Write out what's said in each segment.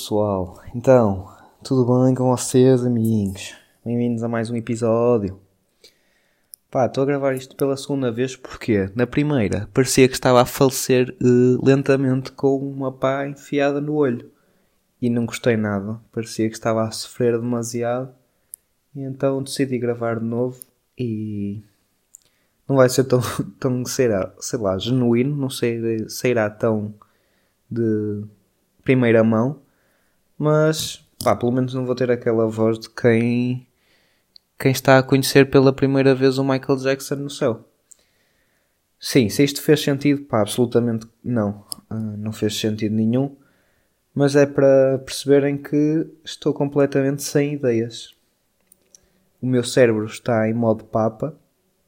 pessoal, então, tudo bem com vocês, amiguinhos? Bem-vindos a mais um episódio. Estou a gravar isto pela segunda vez porque na primeira parecia que estava a falecer lentamente com uma pá enfiada no olho e não gostei nada, parecia que estava a sofrer demasiado e então decidi gravar de novo e não vai ser tão sei lá, genuíno, não sei se irá tão de primeira mão, mas pelo menos não vou ter aquela voz de quem está a conhecer pela primeira vez o Michael Jackson no céu. Sim, se isto fez sentido, absolutamente não. Não fez sentido nenhum, mas é para perceberem que estou completamente sem ideias. O meu cérebro está em modo papa,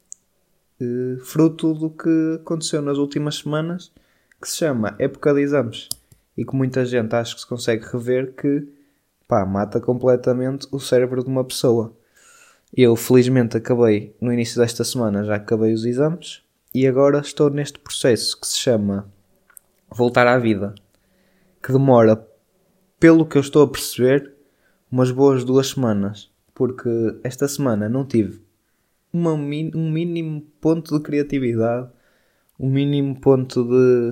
fruto do que aconteceu nas últimas semanas, que se chama época de exames. E que muita gente acho que se consegue rever que mata completamente o cérebro de uma pessoa. Eu felizmente acabei, no início desta semana já acabei os exames e agora estou neste processo que se chama voltar à vida, que demora, pelo que eu estou a perceber, umas boas 2 semanas, porque esta semana não tive um mínimo ponto de criatividade, um mínimo ponto de,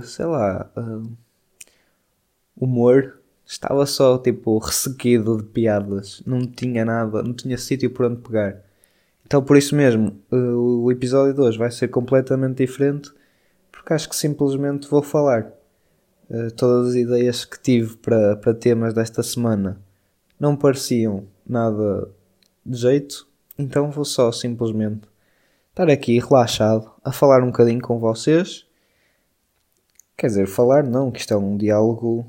humor. Estava só ressequido de piadas, não tinha nada, não tinha sítio por onde pegar. Então por isso mesmo o episódio de hoje vai ser completamente diferente, porque acho que simplesmente vou falar. Todas as ideias que tive para temas desta semana não pareciam nada de jeito, então vou só simplesmente estar aqui relaxado a falar um bocadinho com vocês. Quer dizer, falar não, que isto é um diálogo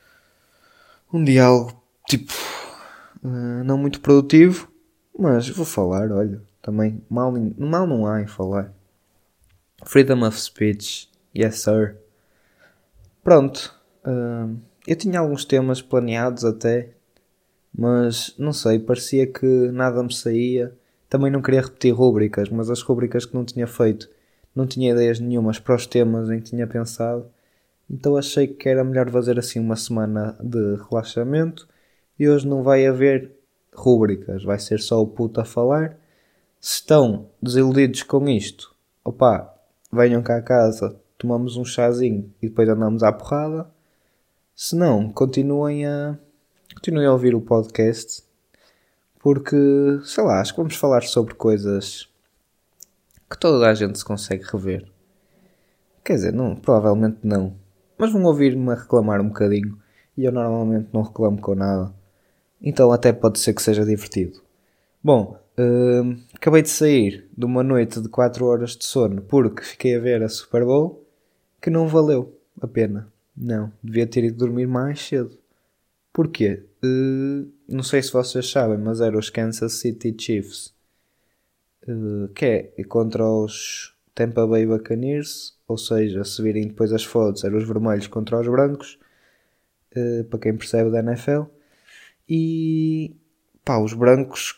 não muito produtivo, mas vou falar, olha, também mal não há em falar. Freedom of speech, yes sir. Pronto, eu tinha alguns temas planeados até, mas não sei, parecia que nada me saía. Também não queria repetir rúbricas, mas as rúbricas que não tinha feito, não tinha ideias nenhumas para os temas em que tinha pensado. Então achei que era melhor fazer assim uma semana de relaxamento e hoje não vai haver rúbricas, vai ser só o puto a falar. Se estão desiludidos com isto, venham cá a casa, tomamos um chazinho e depois andamos à porrada. Se não, continuem a ouvir o podcast, porque, acho que vamos falar sobre coisas que toda a gente se consegue rever. Quer dizer, não, provavelmente não. Mas vão ouvir-me a reclamar um bocadinho e eu normalmente não reclamo com nada. Então até pode ser que seja divertido. Bom, acabei de sair de uma noite de 4 horas de sono porque fiquei a ver a Super Bowl, que não valeu a pena. Não, devia ter ido dormir mais cedo. Porquê? Não sei se vocês sabem, mas eram os Kansas City Chiefs, que é contra os Tampa Bay Buccaneers, ou seja, se virem depois as fotos, eram os vermelhos contra os brancos, para quem percebe da NFL. E os brancos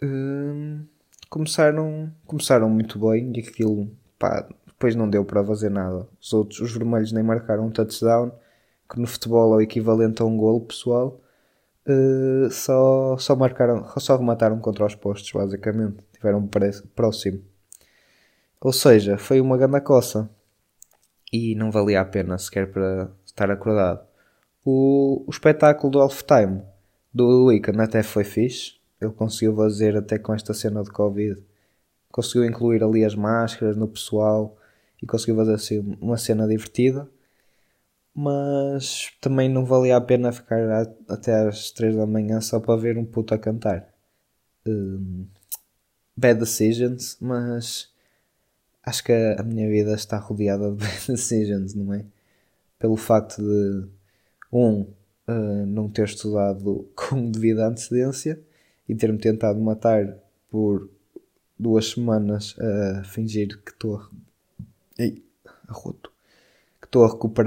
começaram muito bem e aquilo, depois não deu para fazer nada. Os vermelhos nem marcaram um touchdown, que no futebol é o equivalente a um golo, pessoal. Só remataram contra os postos, basicamente. Tiveram próximo. Ou seja, foi uma grande coça. E não valia a pena sequer para estar acordado. O espetáculo do halftime do Weeknd até foi fixe. Ele conseguiu fazer até com esta cena de Covid. Conseguiu incluir ali as máscaras no pessoal e conseguiu fazer assim uma cena divertida. Mas também não valia a pena ficar até às 3 da manhã só para ver um puto a cantar. Bad decisions, mas acho que a minha vida está rodeada de bad decisions, não é? Pelo facto de não ter estudado com devida antecedência e ter-me tentado matar por 2 semanas a fingir que estou a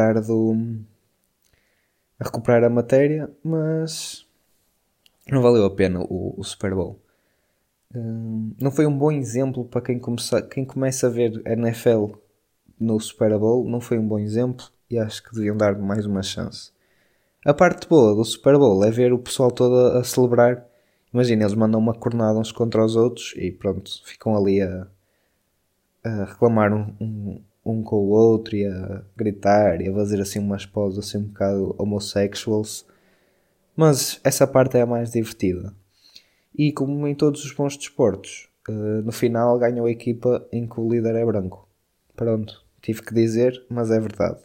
recuperar a matéria, mas não valeu a pena o Super Bowl. Não foi um bom exemplo para quem começa a ver NFL no Super Bowl, não foi um bom exemplo e acho que deviam dar mais uma chance. A parte boa do Super Bowl é ver o pessoal todo a celebrar. Imagina, eles mandam uma cornada uns contra os outros e pronto, ficam ali a reclamar um com o outro e a gritar e a fazer assim umas poses assim um bocado homosexuals. Mas essa parte é a mais divertida. E como em todos os bons desportos, no final ganhou a equipa em que o líder é branco. Pronto, tive que dizer, mas é verdade.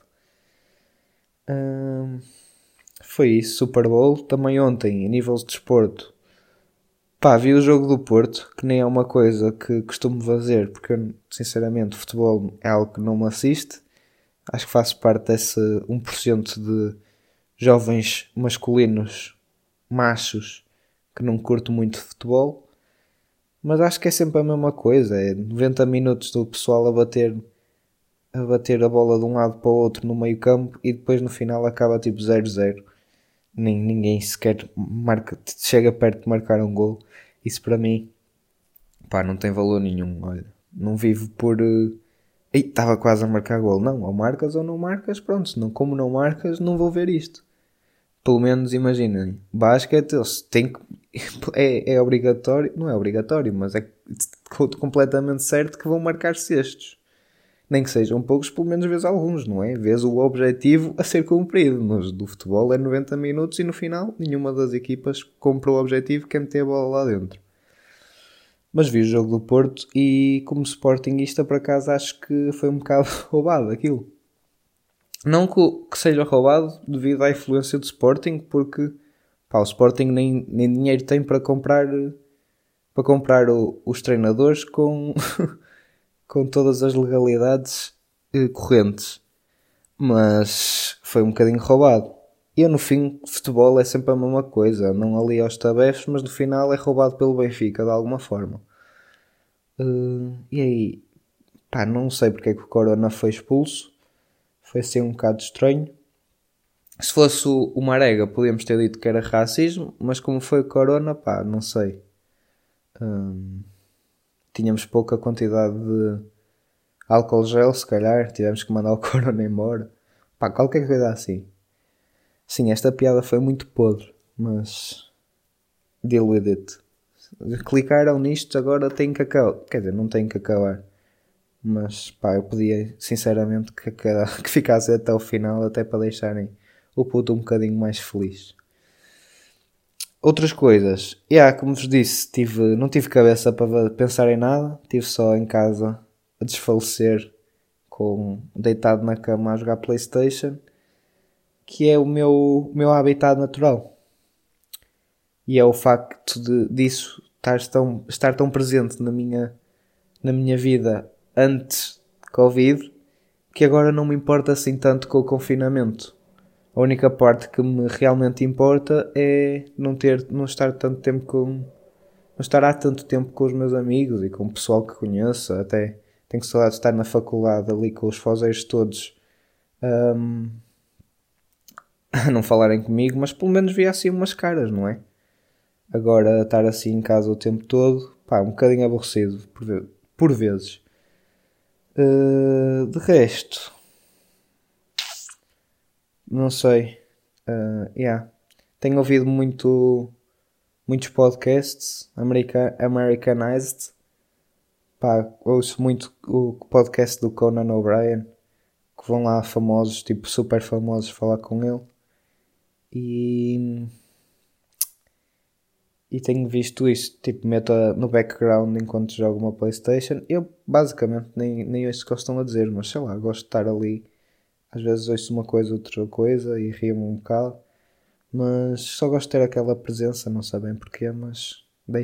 Foi isso, Super Bowl. Também ontem, a nível de desporto, pá, vi o jogo do Porto, que nem é uma coisa que costumo fazer, porque eu, sinceramente, futebol é algo que não me assiste. Acho que faço parte desse 1% de jovens masculinos, machos, que não curto muito futebol. Mas acho que é sempre a mesma coisa. É 90 minutos do pessoal a bater a bola de um lado para o outro no meio campo e depois no final acaba tipo 0-0. Ninguém sequer chega perto de marcar um gol. Isso para mim, pá, não tem valor nenhum. Olha, não vivo por. Estava quase a marcar gol. Não, ou marcas ou não marcas, pronto. Não, como não marcas, não vou ver isto. Pelo menos imaginem, basquete, eles têm que. É obrigatório, não é obrigatório, mas é completamente certo que vão marcar cestos. Nem que sejam poucos, pelo menos vês alguns, não é? Vês o objetivo a ser cumprido. Mas do futebol é 90 minutos e no final nenhuma das equipas cumpre o objetivo que é meter a bola lá dentro. Mas vi o jogo do Porto e como sportinguista por acaso acho que foi um bocado roubado aquilo. Não que seja roubado devido à influência do Sporting, porque pá, o Sporting nem dinheiro tem para comprar os treinadores com, com todas as legalidades correntes. Mas foi um bocadinho roubado. E eu no fim, futebol é sempre a mesma coisa. Não ali aos tabefes, mas no final é roubado pelo Benfica de alguma forma. E aí, pá, não sei porque é que o Corona foi expulso. Foi assim um bocado estranho. Se fosse o Marega, podíamos ter dito que era racismo, mas como foi o Corona, pá, não sei. Tínhamos pouca quantidade de álcool gel, se calhar, tivemos que mandar o Corona embora. Pá, qualquer coisa assim. Sim, esta piada foi muito podre, mas deal with it. Clicaram nisto, agora tem que acabar. Quer dizer, não tem que acabar. Mas pá, eu pedia sinceramente que ficasse até o final, até para deixarem o puto um bocadinho mais feliz. Outras coisas. Como vos disse, não tive cabeça para pensar em nada. Estive só em casa a desfalecer, deitado na cama a jogar PlayStation, que é o meu habitat natural. E é o facto disso estar tão presente na minha vida antes de Covid, que agora não me importa assim tanto com o confinamento. A única parte que me realmente importa é não estar há tanto tempo com os meus amigos e com o pessoal que conheço. Até tenho saudade de estar na faculdade ali com os fozeiros todos a não falarem comigo, mas pelo menos via assim umas caras, não é? Agora estar assim em casa o tempo todo, pá, um bocadinho aborrecido por vezes. De resto, não sei. Tenho ouvido muitos podcasts Americanized. Pá, ouço muito o podcast do Conan O'Brien, que vão lá famosos, tipo super famosos, falar com ele. E tenho visto isso, tipo, meto no background enquanto jogo uma PlayStation. Eu basicamente nem ouço o que eles estão a dizer, mas sei lá, gosto de estar ali. Às vezes ouço uma coisa, outra coisa e rio-me um bocado. Mas só gosto de ter aquela presença, não sei bem porquê, mas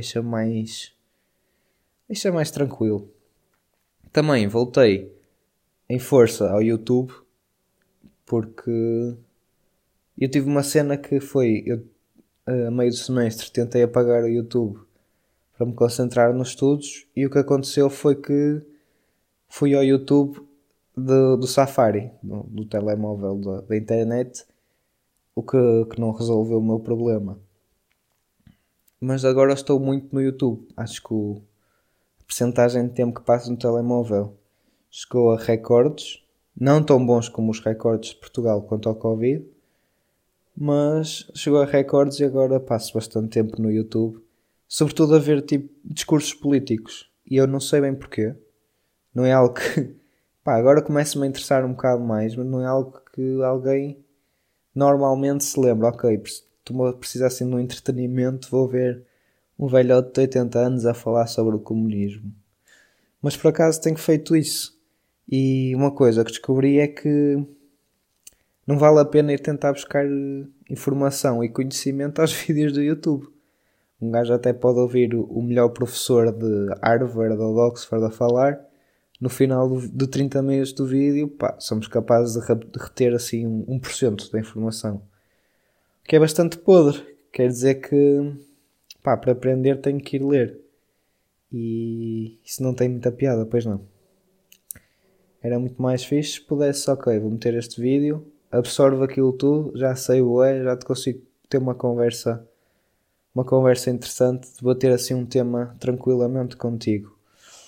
deixa mais tranquilo. Também voltei em força ao YouTube, porque eu tive uma cena que foi, eu a meio do semestre tentei apagar o YouTube para me concentrar nos estudos e o que aconteceu foi que fui ao YouTube do Safari, do telemóvel da internet, o que não resolveu o meu problema. Mas agora estou muito no YouTube. Acho que a percentagem de tempo que passo no telemóvel chegou a recordes, não tão bons como os recordes de Portugal quanto ao Covid, mas chegou a recordes e agora passo bastante tempo no YouTube, sobretudo a ver tipo discursos políticos, e eu não sei bem porquê. Não é algo que agora começa-me a interessar um bocado mais, mas não é algo que alguém normalmente se lembra. Ok, estou a precisar assim de um entretenimento, vou ver um velhote de 80 anos a falar sobre o comunismo. Mas por acaso tenho feito isso. E uma coisa que descobri é que não vale a pena ir tentar buscar informação e conhecimento aos vídeos do YouTube. Um gajo até pode ouvir o melhor professor de Harvard ou de Oxford a falar. No final de 30 minutos do vídeo, somos capazes de reter assim 1% da informação. O que é bastante podre. Quer dizer que, para aprender tenho que ir ler. E isso não tem muita piada, pois não. Era muito mais fixe se pudesse, ok, vou meter este vídeo, absorvo aquilo tudo, já sei o já te consigo ter uma conversa interessante, debater assim um tema tranquilamente contigo.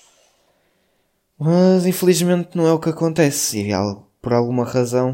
Mas infelizmente não é o que acontece e por alguma razão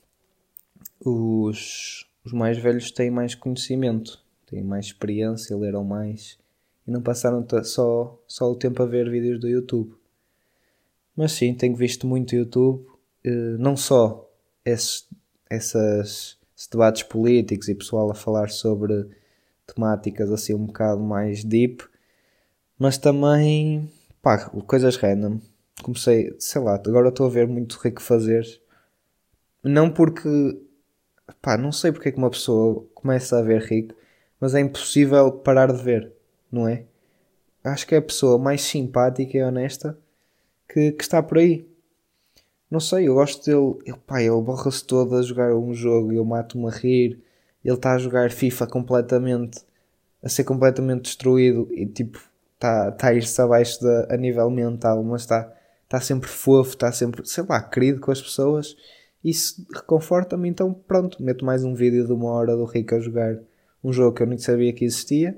os mais velhos têm mais conhecimento, têm mais experiência, leram mais e não passaram só o tempo a ver vídeos do YouTube. Mas sim, tenho visto muito YouTube, não só esses debates políticos e pessoal a falar sobre temáticas assim um bocado mais deep, mas também coisas random. Comecei, sei lá, agora estou a ver muito Rico Fazeres, não porque, não sei porque é que uma pessoa começa a ver Rico, mas é impossível parar de ver, não é? Acho que é a pessoa mais simpática e honesta que está por aí. Não sei, eu gosto dele. Ele borra-se todo a jogar um jogo e eu mato-me a rir. Ele está a jogar FIFA a ser completamente destruído e tipo, está a ir-se abaixo a nível mental, mas está sempre fofo, está sempre, sei lá, querido com as pessoas. Isso reconforta-me, então pronto, meto mais um vídeo de 1 hora do Rico a jogar um jogo que eu nem sabia que existia.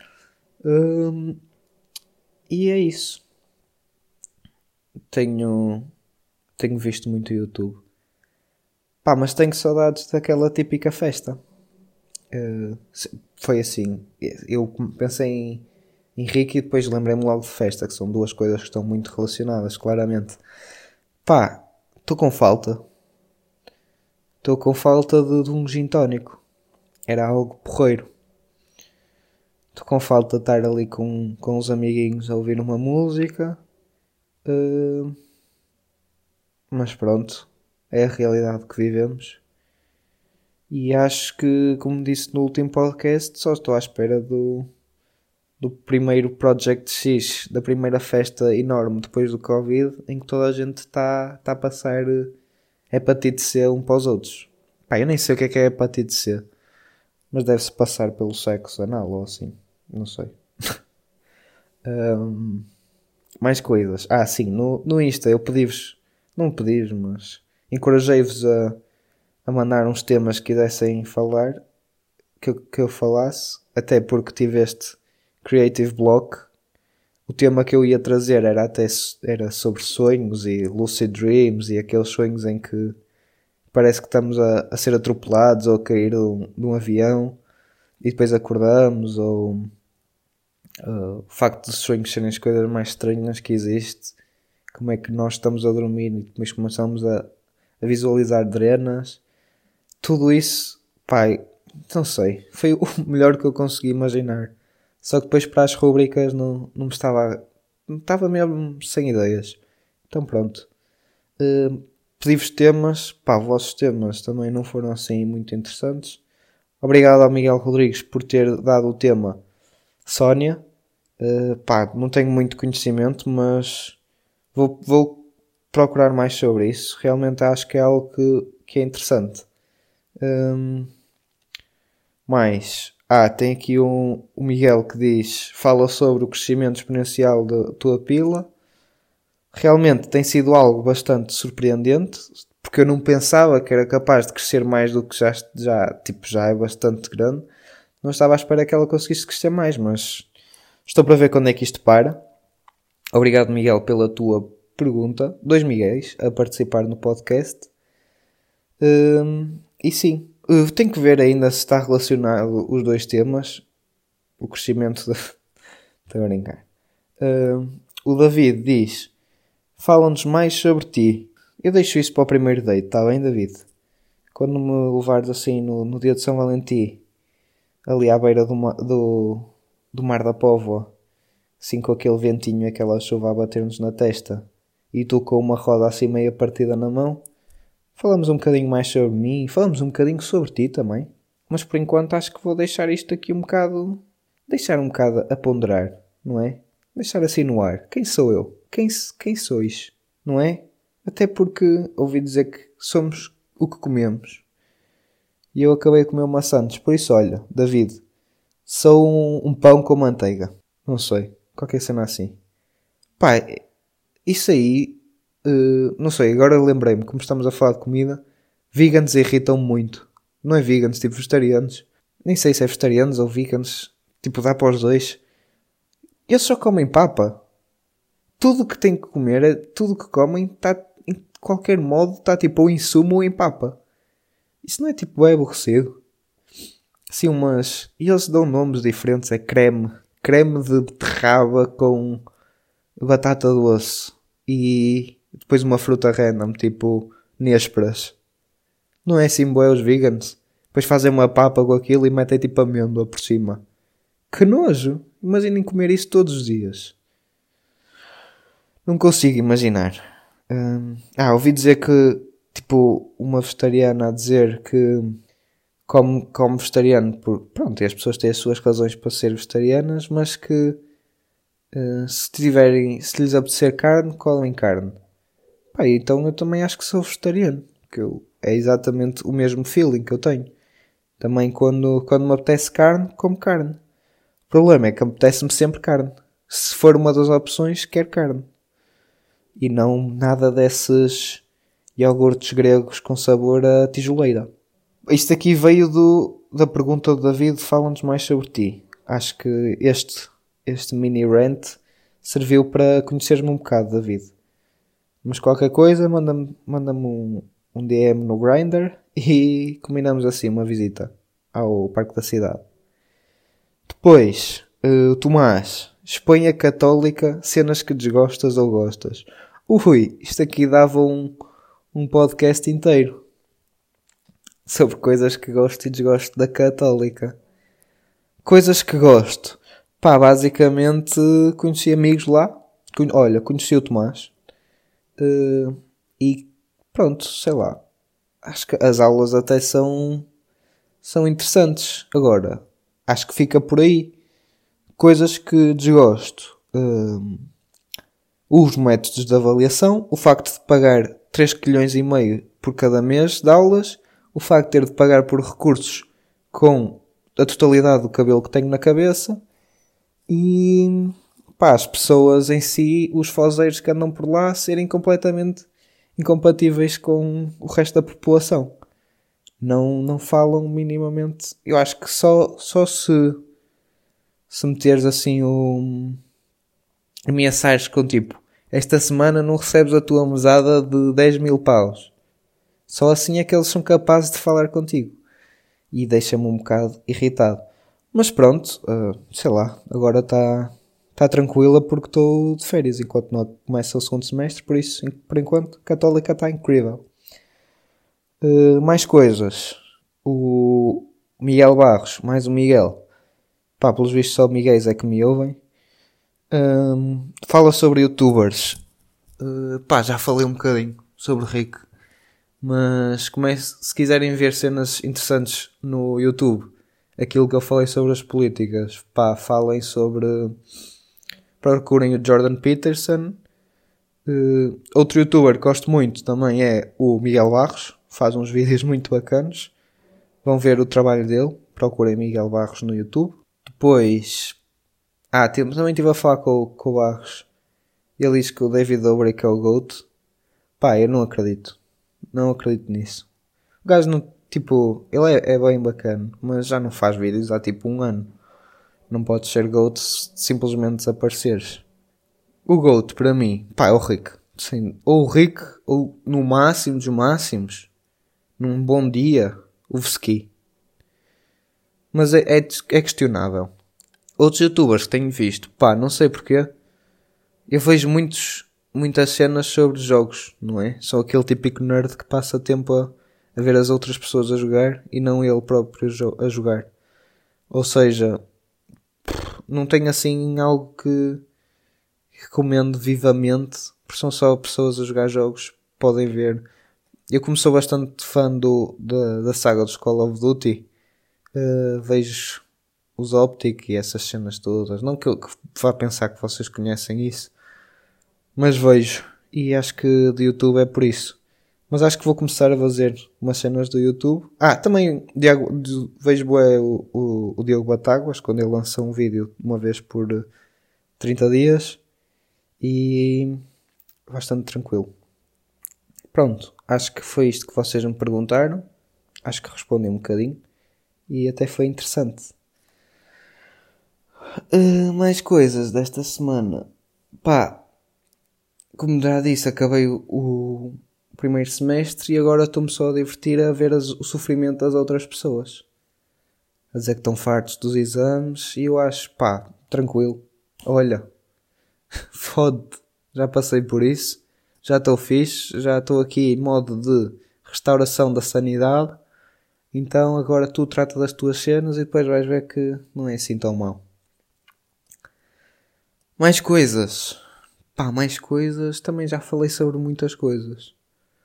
E é isso. Tenho visto muito YouTube. Mas tenho saudades daquela típica festa. Foi assim. Eu pensei em Ricky e depois lembrei-me logo de festa, que são duas coisas que estão muito relacionadas, claramente. Estou com falta. Estou com falta de um gin tónico. Era algo porreiro. Estou com falta de estar ali com os amiguinhos a ouvir uma música. Mas pronto, é a realidade que vivemos. E acho que, como disse no último podcast, só estou à espera do primeiro Project X, da primeira festa enorme depois do Covid, em que toda a gente está a passar hepatite C um para os outros. Eu nem sei o que é hepatite C, mas deve-se passar pelo sexo anal ou assim, não sei. Mais coisas. Sim, no Insta eu pedi-vos, não pedi-vos, mas encorajei-vos a mandar uns temas que quisessem falar, que eu falasse, até porque tive este Creative Block. O tema que eu ia trazer era sobre sonhos e lucid dreams e aqueles sonhos em que parece que estamos a ser atropelados ou a cair de um avião e depois acordamos, ou o facto dos sonhos serem as coisas mais estranhas que existe, como é que nós estamos a dormir e depois começamos a visualizar drenas, tudo isso, não sei, foi o melhor que eu consegui imaginar. Só que depois para as rubricas não estava mesmo sem ideias. Então pronto. Pedi-vos temas. Vossos temas também não foram assim muito interessantes. Obrigado ao Miguel Rodrigues por ter dado o tema Sónia. Não tenho muito conhecimento, mas vou procurar mais sobre isso. Realmente acho que é algo que é interessante. Tem aqui o Miguel que diz, fala sobre o crescimento exponencial da tua pila. Realmente tem sido algo bastante surpreendente, porque eu não pensava que era capaz de crescer mais do que já é bastante grande. Não estava à espera que ela conseguisse crescer mais, mas estou para ver quando é que isto para. Obrigado, Miguel, pela tua pergunta. 2 Miguéis a participar no podcast. E sim, Tenho que ver ainda se está relacionado os dois temas. O crescimento da... Estou a brincar. O David diz: fala-nos mais sobre ti. Eu deixo isso para o primeiro date, está bem, David? Quando me levares assim no dia de São Valentim, ali à beira do Mar da Póvoa, assim com aquele ventinho, aquela chuva a bater-nos na testa, e tu com uma roda assim meia partida na mão, falamos um bocadinho mais sobre mim, falamos um bocadinho sobre ti também. Mas por enquanto acho que vou deixar isto aqui um bocado... Deixar um bocado a ponderar, não é? Deixar assim no ar. Quem sou eu? Quem sois? Não é? Até porque ouvi dizer que somos o que comemos. E eu acabei de comer maçãs. Por isso, olha, David, sou um pão com manteiga. Não sei. Qualquer cena assim. Pá, isso aí... não sei, agora lembrei-me, como estamos a falar de comida, vegans irritam muito. Não é vegans, tipo vegetarianos. Nem sei se é vegetarianos ou vegans. Tipo, dá para os dois. Eles só comem papa. Tudo que têm que comer, tudo que comem, está, em qualquer modo, está tipo ou em sumo ou em papa. Isso não é tipo, é aborrecido. Assim umas... E eles dão nomes diferentes, é creme. Creme de beterraba com batata doce. E depois uma fruta random, tipo nésperas. Não é assim bué os vegans? Depois fazem uma papa com aquilo e metem tipo amêndoa por cima. Que nojo! Imaginem comer isso todos os dias. Não consigo imaginar. Ouvi dizer que, tipo, uma vegetariana a dizer que come vegetariano pronto, e as pessoas têm as suas razões para ser vegetarianas, mas que se lhes apetecer carne, comem carne. Pá, então eu também acho que sou vegetariano. Que é exatamente o mesmo feeling que eu tenho. Também quando me apetece carne, como carne. O problema é que apetece-me sempre carne. Se for uma das opções, quero carne. E não nada desses iogurtes gregos com sabor a tijoleira. Isto aqui veio da pergunta do David, fala-nos mais sobre ti. Acho que este mini rant serviu para conheceres-me um bocado, David. Mas qualquer coisa, manda-me um DM no Grindr e combinamos assim uma visita ao Parque da Cidade. Depois, o Tomás, Espanha Católica, cenas que desgostas ou gostas. Ui, isto aqui dava um podcast inteiro sobre coisas que gosto e desgosto da Católica. Coisas que gosto. Pá, basicamente conheci amigos lá. Conheci o Tomás. E pronto, sei lá. Acho que as aulas até são interessantes. Agora, acho que fica por aí. Coisas que desgosto. Os métodos de avaliação. O facto de pagar 3,5 kg por cada mês de aulas. O facto de ter de pagar por recursos com a totalidade do cabelo que tenho na cabeça. E pá, as pessoas em si, os fozeiros que andam por lá, serem completamente incompatíveis com o resto da população. Não falam minimamente. Eu acho que só se meteres assim ameaçares com tipo, esta semana não recebes a tua mesada de 10 mil paus. Só assim é que eles são capazes de falar contigo. E deixa-me um bocado irritado. Mas pronto, sei lá, agora está tranquila porque estou de férias enquanto não começa o segundo semestre, por isso, por enquanto, a Católica está incrível. Mais coisas. O Miguel Barros, mais o Miguel. Pá, pelos vistos só Miguéis é que me ouvem. Fala sobre youtubers. Pá, já falei um bocadinho sobre o Rick. Mas se quiserem ver cenas interessantes no YouTube, aquilo que eu falei sobre as políticas, pá, falem sobre... Procurem o Jordan Peterson. Outro youtuber que gosto muito também é o Miguel Barros. Faz uns vídeos muito bacanos. Vão ver o trabalho dele. Procurem Miguel Barros no YouTube. Depois... também estive a falar com o Barros. Ele diz que o David Dobrik é o GOAT. Pá, eu não acredito. Não acredito nisso. O gajo não... Tipo, ele é bem bacana, mas já não faz vídeos há tipo 1 ano. Não podes ser GOAT se simplesmente desapareceres. O GOAT, para mim, pá, é o Rick. Sim, ou o Rick, ou no máximo dos máximos, num bom dia, Ski. Mas é questionável. Outros youtubers que tenho visto, pá, não sei porquê, eu vejo muitas cenas sobre jogos, não é? Sou aquele típico nerd que passa tempo a ver as outras pessoas a jogar e não ele próprio a jogar. Ou seja, não tenho assim algo que recomendo vivamente, porque são só pessoas a jogar jogos, podem ver. Eu como sou bastante fã da saga dos Call of Duty, vejo os Optic e essas cenas todas. Não que eu vá pensar que vocês conhecem isso, mas vejo. E acho que do YouTube é por isso. Mas acho que vou começar a fazer umas cenas do YouTube. Também vejo o Diogo Batáguas, quando ele lança um vídeo uma vez por 30 dias. E bastante tranquilo. Pronto, acho que foi isto que vocês me perguntaram. Acho que respondi um bocadinho. E até foi interessante. Mais coisas desta semana. Pá, como já disse, acabei o primeiro semestre e agora estou-me só a divertir a ver o sofrimento das outras pessoas. A dizer que estão fartos dos exames e eu acho, pá, tranquilo. Olha, fode, já passei por isso, já estou fixe, já estou aqui em modo de restauração da sanidade, então agora tu trata das tuas cenas e depois vais ver que não é assim tão mau. Mais coisas. Pá, mais coisas, também já falei sobre muitas coisas.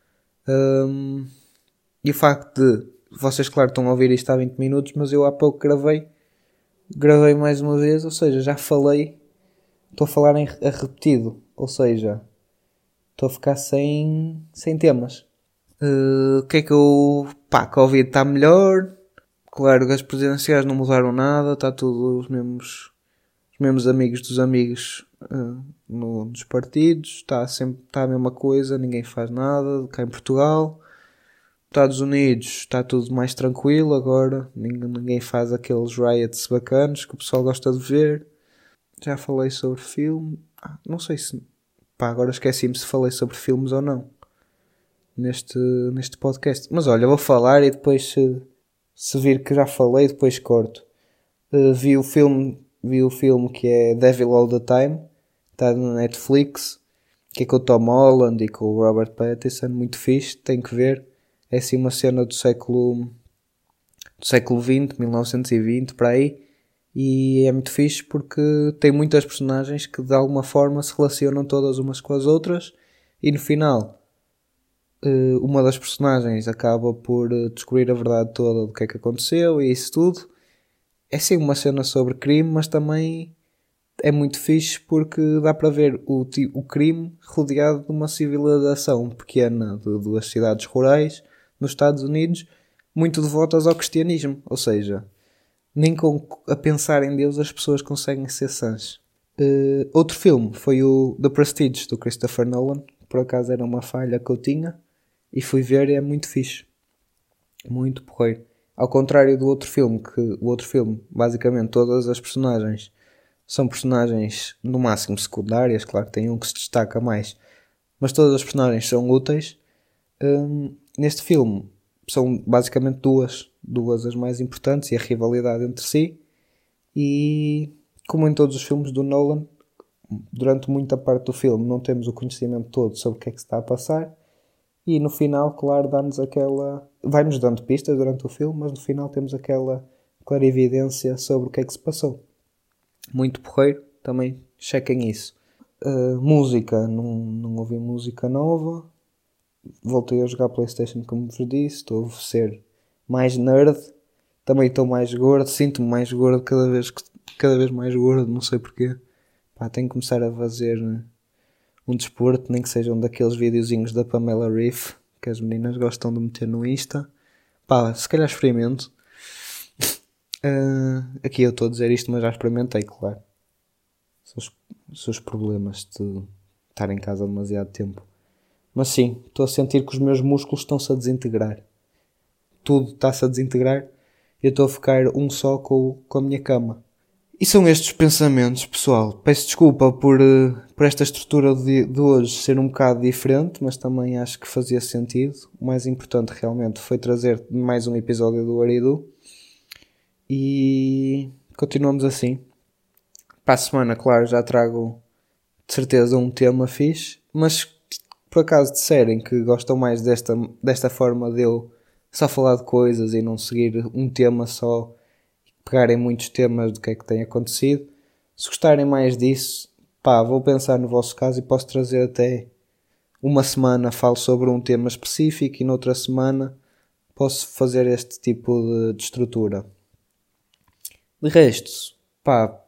E o facto de, vocês claro estão a ouvir isto há 20 minutos, mas eu há pouco gravei mais uma vez, ou seja, já falei, estou a falar a repetido, ou seja, estou a ficar sem temas. O que é que eu... Pá, a Covid está melhor, claro que as presidenciais não mudaram nada, está tudo os mesmos amigos dos amigos nos partidos, está a mesma coisa, ninguém faz nada, cá em Portugal. Estados Unidos está tudo mais tranquilo agora, ninguém faz aqueles riots bacanos que o pessoal gosta de ver. Já falei sobre filme, não sei se... Pá, agora esqueci-me se falei sobre filmes ou não neste podcast. Mas olha, vou falar e depois se vir que já falei, depois corto. Vi o filme que é Devil All the Time, está na Netflix, que é com o Tom Holland e com o Robert Pattinson, muito fixe, tem que ver. É assim uma cena do século XX, 1920, para aí, e é muito fixe porque tem muitas personagens que de alguma forma se relacionam todas umas com as outras, e no final uma das personagens acaba por descobrir a verdade toda do que é que aconteceu e isso tudo. É sim uma cena sobre crime, mas também é muito fixe porque dá para ver o crime rodeado de uma civilização pequena de duas cidades rurais nos Estados Unidos, muito devotas ao cristianismo. Ou seja, nem a pensar em Deus as pessoas conseguem ser sãs. Outro filme foi o The Prestige, do Christopher Nolan. Por acaso era uma falha que eu tinha e fui ver e é muito fixe. Muito porreiro. Ao contrário do outro filme, que o outro filme, basicamente todas as personagens são personagens no máximo secundárias, claro que tem um que se destaca mais, mas todas as personagens são úteis. Neste filme são basicamente duas as mais importantes e a rivalidade entre si, e como em todos os filmes do Nolan, durante muita parte do filme não temos o conhecimento todo sobre o que é que se está a passar, e no final, claro, vai-nos dando pistas durante o filme, mas no final temos aquela clarividência sobre o que é que se passou. Muito porreiro, também chequem isso. Música, não ouvi música nova. Voltei a jogar PlayStation, como vos disse. Estou a ser mais nerd. Também estou mais gordo, sinto-me mais gordo cada vez mais gordo, não sei porquê. Pá, tenho que começar a fazer um desporto, nem que sejam daqueles videozinhos da Pamela Reif que as meninas gostam de meter no Insta. Pá, se calhar experimento. Aqui eu estou a dizer isto, mas já experimentei, claro. São os problemas de estar em casa demasiado tempo. Mas sim, estou a sentir que os meus músculos estão-se a desintegrar. Tudo está-se a desintegrar. Eu estou a ficar um só com a minha cama. E são estes os pensamentos, pessoal. Peço desculpa por esta estrutura de hoje ser um bocado diferente, mas também acho que fazia sentido. O mais importante realmente foi trazer mais um episódio do Aridu. E continuamos assim. Para a semana, claro, já trago de certeza um tema fixe, mas por acaso disserem que gostam mais desta forma de eu só falar de coisas e não seguir um tema só, pegarem muitos temas do que é que tem acontecido. Se gostarem mais disso, pá, vou pensar no vosso caso e posso trazer até uma semana falo sobre um tema específico e noutra semana posso fazer este tipo de estrutura. De resto, pá,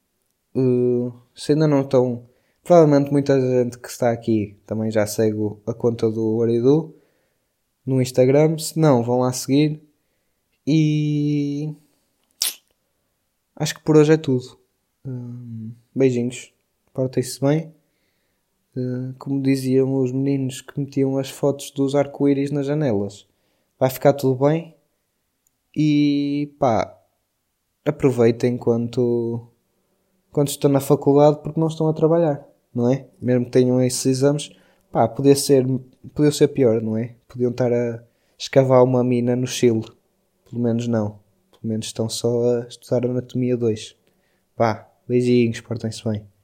se ainda não estão, provavelmente muita gente que está aqui também já segue a conta do Aridu no Instagram, se não, vão lá seguir e acho que por hoje é tudo. Beijinhos, portem-se bem. Como diziam os meninos que metiam as fotos dos arco-íris nas janelas, vai ficar tudo bem e pá, aproveitem quando estão na faculdade porque não estão a trabalhar, não é? Mesmo que tenham esses exames, pá, podia ser pior, não é? Podiam estar a escavar uma mina no Chile, pelo menos não. Pelo menos estão só a estudar Anatomia 2. Pá, beijinhos, portem-se bem.